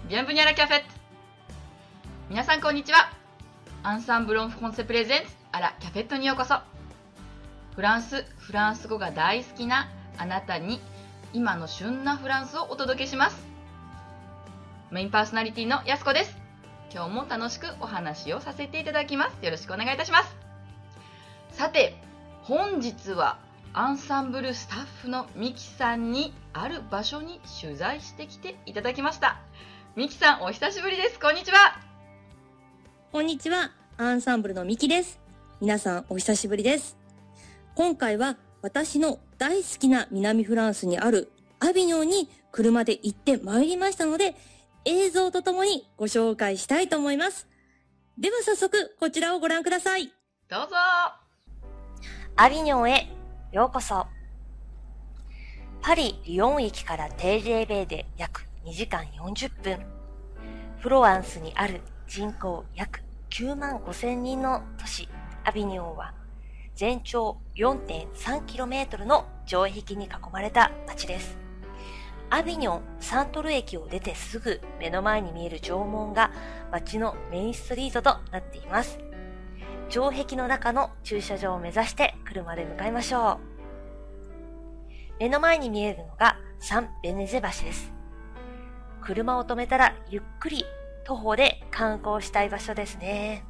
Bienvenue à la cafette! 皆さんこんにちは。アンサンブロンフランセプレゼンツあらキャフェットにようこそ。フランス語が大好きなあなたに今の旬なフランスをお届けします。メインパーソナリティのやすこです。今日も楽しくお話をさせていただきます。よろしくお願いいたします。さて、本日はアンサンブルスタッフのミキさんにある場所に取材してきていただきました。ミキさん、お久しぶりです。こんにちは。 こんにちは。アンサンブルのミキです。皆さんお久しぶりです。今回は私の大好きな南フランスにあるアビニョンに車で行ってまいりましたので、映像とともにご紹介したいと思います。では早速こちらをご覧ください。 どうぞ。 アビニョンへようこそ。パリ・リヨン駅から TGV で約2時間40分。フロアンスにある人口約9万5千人の都市アビニョンは全長 4.3km の城壁に囲まれた街です。アビニョン・サントル駅を出てすぐ目の前に見える城門が街のメインストリートとなっています。城壁の中の駐車場を目指して車で向かいましょう。目の前に見えるのがサンベネゼ橋です。車を止めたらゆっくり徒歩で観光したい場所ですね。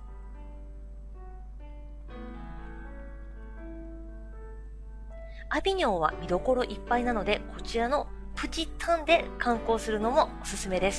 アビニョンは見どころいっぱいなので、こちらのプチタンで観光するのもおすすめです。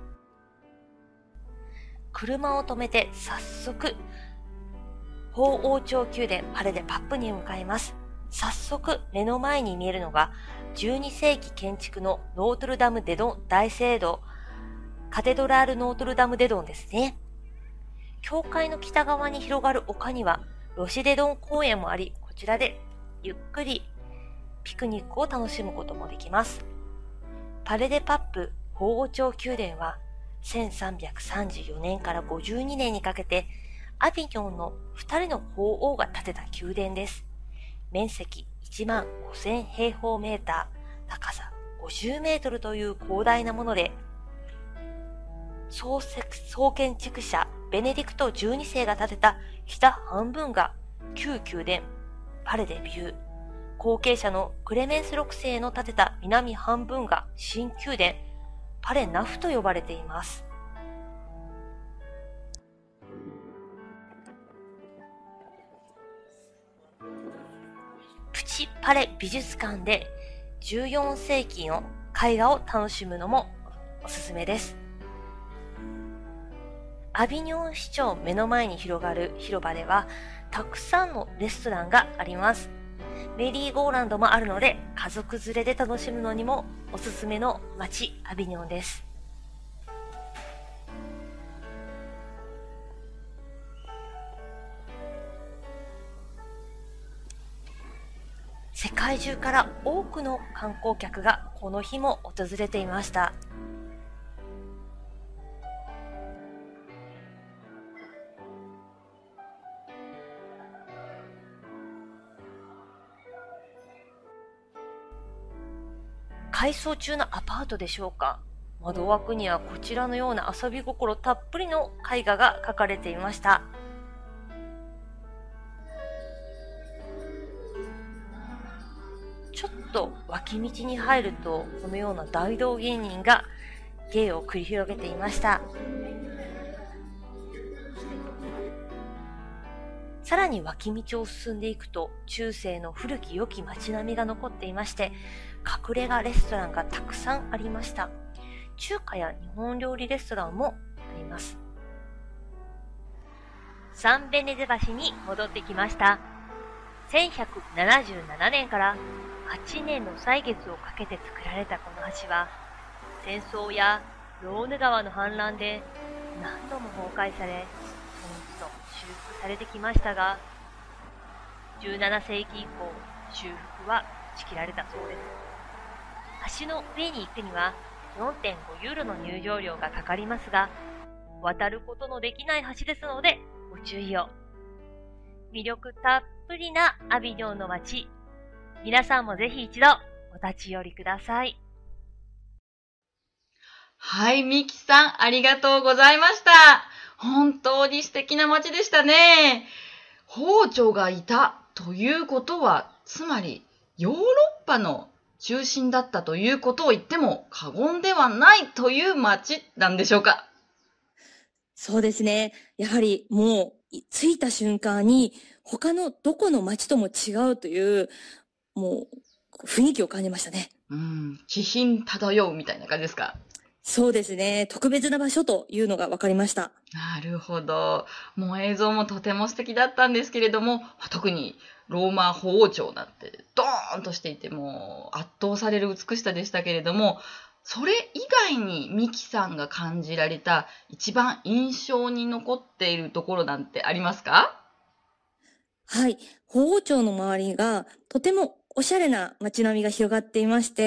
車を止めて早速鳳凰町宮殿パレデパップに向かいます。早速目の前に見えるのが12世紀建築のノートルダム・デ・ドン大聖堂カテドラール・ノートルダム・デ・ドンですね。教会の北側に広がる丘にはロシデドン公園もあり、こちらでゆっくりピクニックを楽しむこともできます。パレデパップ鳳凰町宮殿は1334年から52年にかけてアビニョンの2人の法王が建てた宮殿です。面積1万5000平方メーター、高さ50メートルという広大なもので、総建築者ベネディクト12世が建てた北半分が旧宮殿パレデビュー、後継者のクレメンス6世の建てた南半分が新宮殿パレナフと呼ばれています。プチパレ美術館で14世紀の絵画を楽しむのもおすすめです。アビニョン市庁目の前に広がる広場ではたくさんのレストランがあります。メリーゴーランドもあるので家族連れで楽しむのにもおすすめの街アビニョンです。世界中から多くの観光客がこの日も訪れていました。改装中のアパートでしょうか。窓枠にはこちらのような遊び心たっぷりの絵画が描かれていました。ちょっと脇道に入るとこのような大道芸人が芸を繰り広げていました。さらに脇道を進んでいくと中世の古き良き街並みが残っていまして、隠れ家レストランがたくさんありました。中華や日本料理レストランもあります。サンベネゼ橋に戻ってきました。1177年から8年の歳月をかけて作られたこの橋は、戦争やローヌ川の氾濫で何度も崩壊され、その都度修復されてきましたが、17世紀以降、修復は打ち切られたそうです。橋の上に行くには 4.5 ユーロの入場料がかかりますが、渡ることのできない橋ですのでご注意を。魅力たっぷりなアビニョンの街、皆さんもぜひ一度お立ち寄りください。 はい、ミキさん、ありがとうございました。本当に素敵な街でしたね。包丁がいたということは、つまりヨーロッパの中心だったということを言っても過言ではないという街なんでしょうか。 そうですね。やはりもう着いた瞬間に他のどこの街とも違うという、もう雰囲気を感じましたね。 気品漂うみたいな感じですか。 そうですね。特別な場所というのが分かりました。 なるほど。もう映像もとても素敵だったんですけれども、特にローマ法王朝なんてドーンとしていてもう圧倒される美しさでしたけれども、それ以外にミキさんが感じられた一番印象に残っているところなんてありますか？ はい。法王町の周りがとてもおしゃれな街並みが広がっていまして、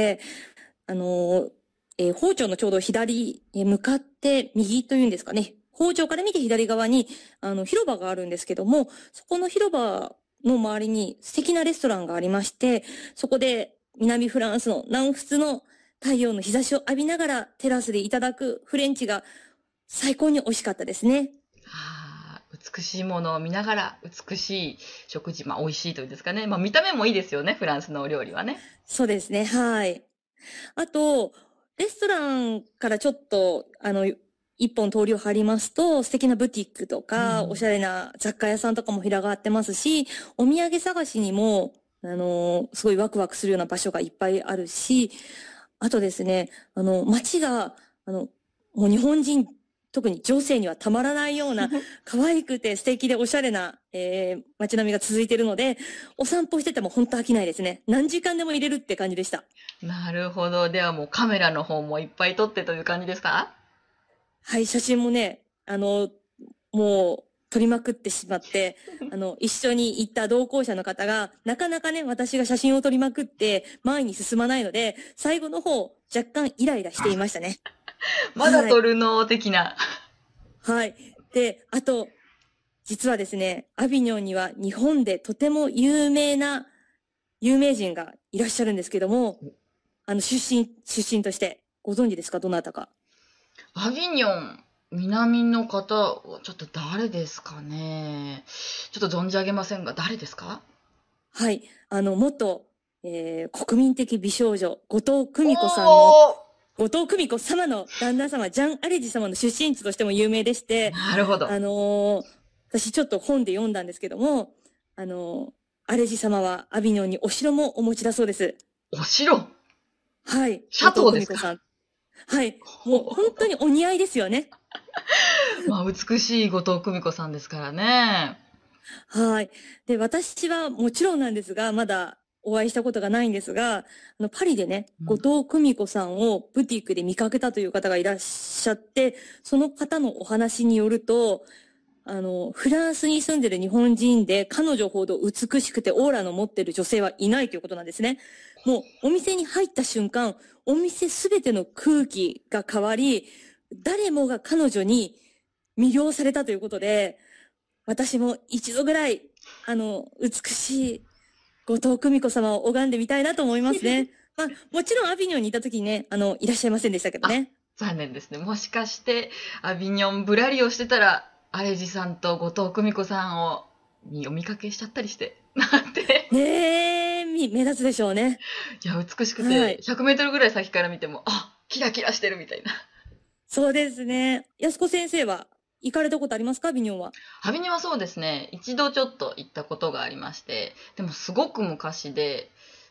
法町のちょうど左へ向かって右というんですかね。法町から見て左側に、広場があるんですけども、そこの広場の周りに素敵なレストランがありまして、そこで南フランスの南仏の太陽の日差しを浴びながらテラスでいただくフレンチが最高に美味しかったですね。 美しいものを見ながら美しい食事、美味しいというんですかね。見た目もいいですよね、フランスのお料理はね。 そうですね、はい。あと、レストランからちょっと、一本通りを張りますと、素敵なブティックとか、おしゃれな雑貨屋さんとかも広がってますし、お土産探しにも、すごいワクワクするような場所がいっぱいあるし、あとですね、街が、もう日本人、特に女性にはたまらないような、可愛くて素敵でおしゃれな、街並みが続いているので、お散歩してても本当飽きないですね。何時間でも入れるって感じでした。 なるほど。ではもうカメラの方もいっぱい撮ってという感じですか？ はい、写真もね、もう撮りまくってしまって、一緒に行った同行者の方が、なかなかね、私が写真を撮りまくって前に進まないので、最後の方、若干イライラしていましたね。 まだ撮るの的な。 はい。で、あと、実はですね、アビニョンには日本でとても有名人がいらっしゃるんですけども、出身としてご存知ですか？どなたか。 アビニョン、南の方はちょっと誰ですかね。ちょっと存じ上げませんが、誰ですか？ はい。元、国民的美少女、後藤久美子さんの、後藤久美子様の旦那様、ジャン・アレジ様の出身地としても有名でして、 なるほど。 私ちょっと本で読んだんですけども、アレジ様はアビニョンにお城もお持ちだそうです。 お城？ はい。 シャトーですか？ はい。もう本当にお似合いですよね。 美しい後藤久美子さんですからね。 はい。で、私はもちろんなんですが、まだお会いしたことがないんですが、パリでね、後藤久美子さんをブティックで見かけたという方がいらっしゃって、その方のお話によると、フランスに住んでる日本人で彼女ほど美しくてオーラの持ってる女性はいないということなんですね。もうお店に入った瞬間、お店すべての空気が変わり、誰もが彼女に魅了されたということで、私も一度ぐらい、美しい後藤久美子様を拝んでみたいなと思いますね。もちろんアビニョンにいた時にね、いらっしゃいませんでしたけどね。 残念ですね。もしかして、アビニョンぶらりをしてたら、アレジさんと後藤久美子さんをお見かけしちゃったりして、なんて。 ねえ、目立つでしょうね。 いや、美しくて、100メートルぐらい先から見ても、キラキラしてるみたいな。 そうですね。安子先生は行かれたことありますか？アビニョンは。 アビニョンはそうですね。一度ちょっと行ったことがありまして、でもすごく昔で、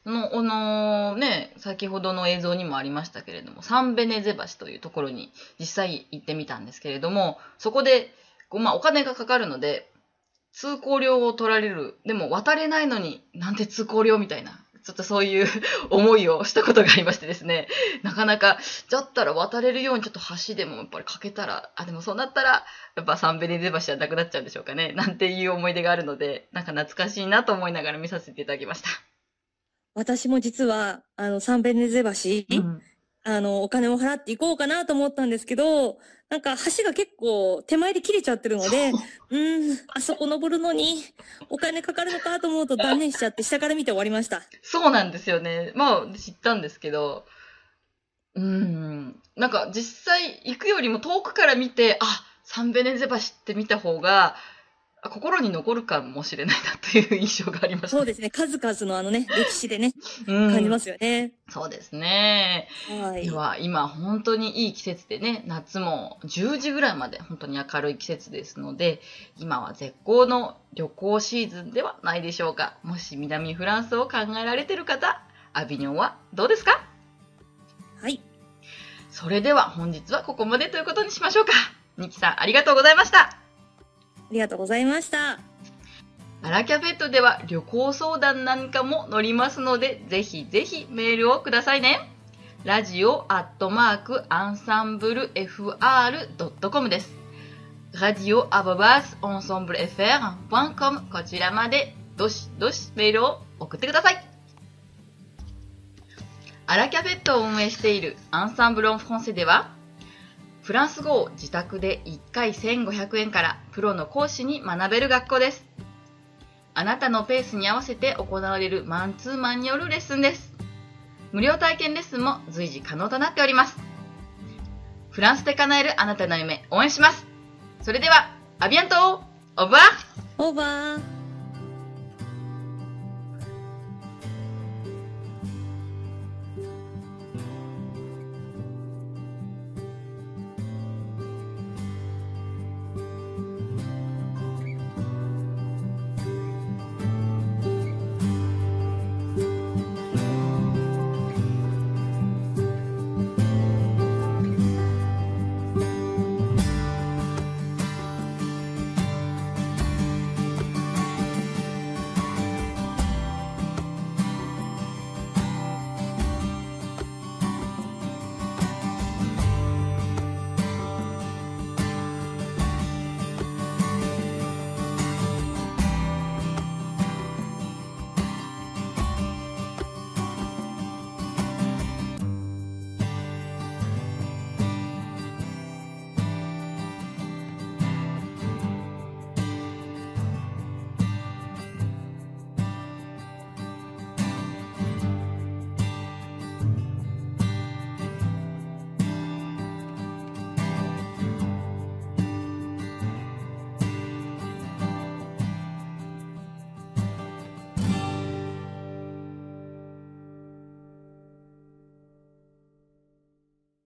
先ほどの映像にもありましたけれども、サンベネゼ橋というところに実際行ってみたんですけれども、そこで、お金がかかるので、通行料を取られる。でも渡れないのになんて通行料みたいな。ちょっとそういう思いをしたことがありましてですね。なかなか、だったら渡れるようにちょっと橋でもやっぱりかけたら、でもそうなったら、やっぱサンベネゼ橋はなくなっちゃうんでしょうかね。なんていう思い出があるので、なんか懐かしいなと思いながら見させていただきました。 私も実は、サンベネゼ橋、お金を払っていこうかなと思ったんですけど、なんか橋が結構手前で切れちゃってるので、あそこ登るのにお金かかるのかと思うと断念しちゃって下から見て終わりました。 そうなんですよね。知ったんですけど、 なんか実際行くよりも遠くから見て、サンベネゼ橋って見た方が、心に残るかもしれないなという印象がありました。 そうですね。数々の歴史でね、感じますよね。 そうですね。 はい。 では、今本当にいい季節でね、夏も10時ぐらいまで本当に明るい季節ですので、今は絶好の旅行シーズンではないでしょうか。もし南フランスを考えられている方、アビニョンはどうですか？ はい。 それでは本日はここまでということにしましょうか。ニキさん、ありがとうございました。 ありがとうございました。 アラキャフェットでは旅行相談なんかも載りますので、ぜひぜひメールをくださいね。radio@ensemblefr.com です。radio@ensemblefr.com こちらまでどしどしメールを送ってください。アラキャフェットを運営しているアンサンブル・オン・フランセでは、フランス語を自宅で1回1500円からプロの講師に学べる学校です。あなたのペースに合わせて行われるマンツーマンによるレッスンです。無料体験レッスンも随時可能となっております。フランスで叶えるあなたの夢、応援します。それでは、アビアント！オーバー！ オーバー！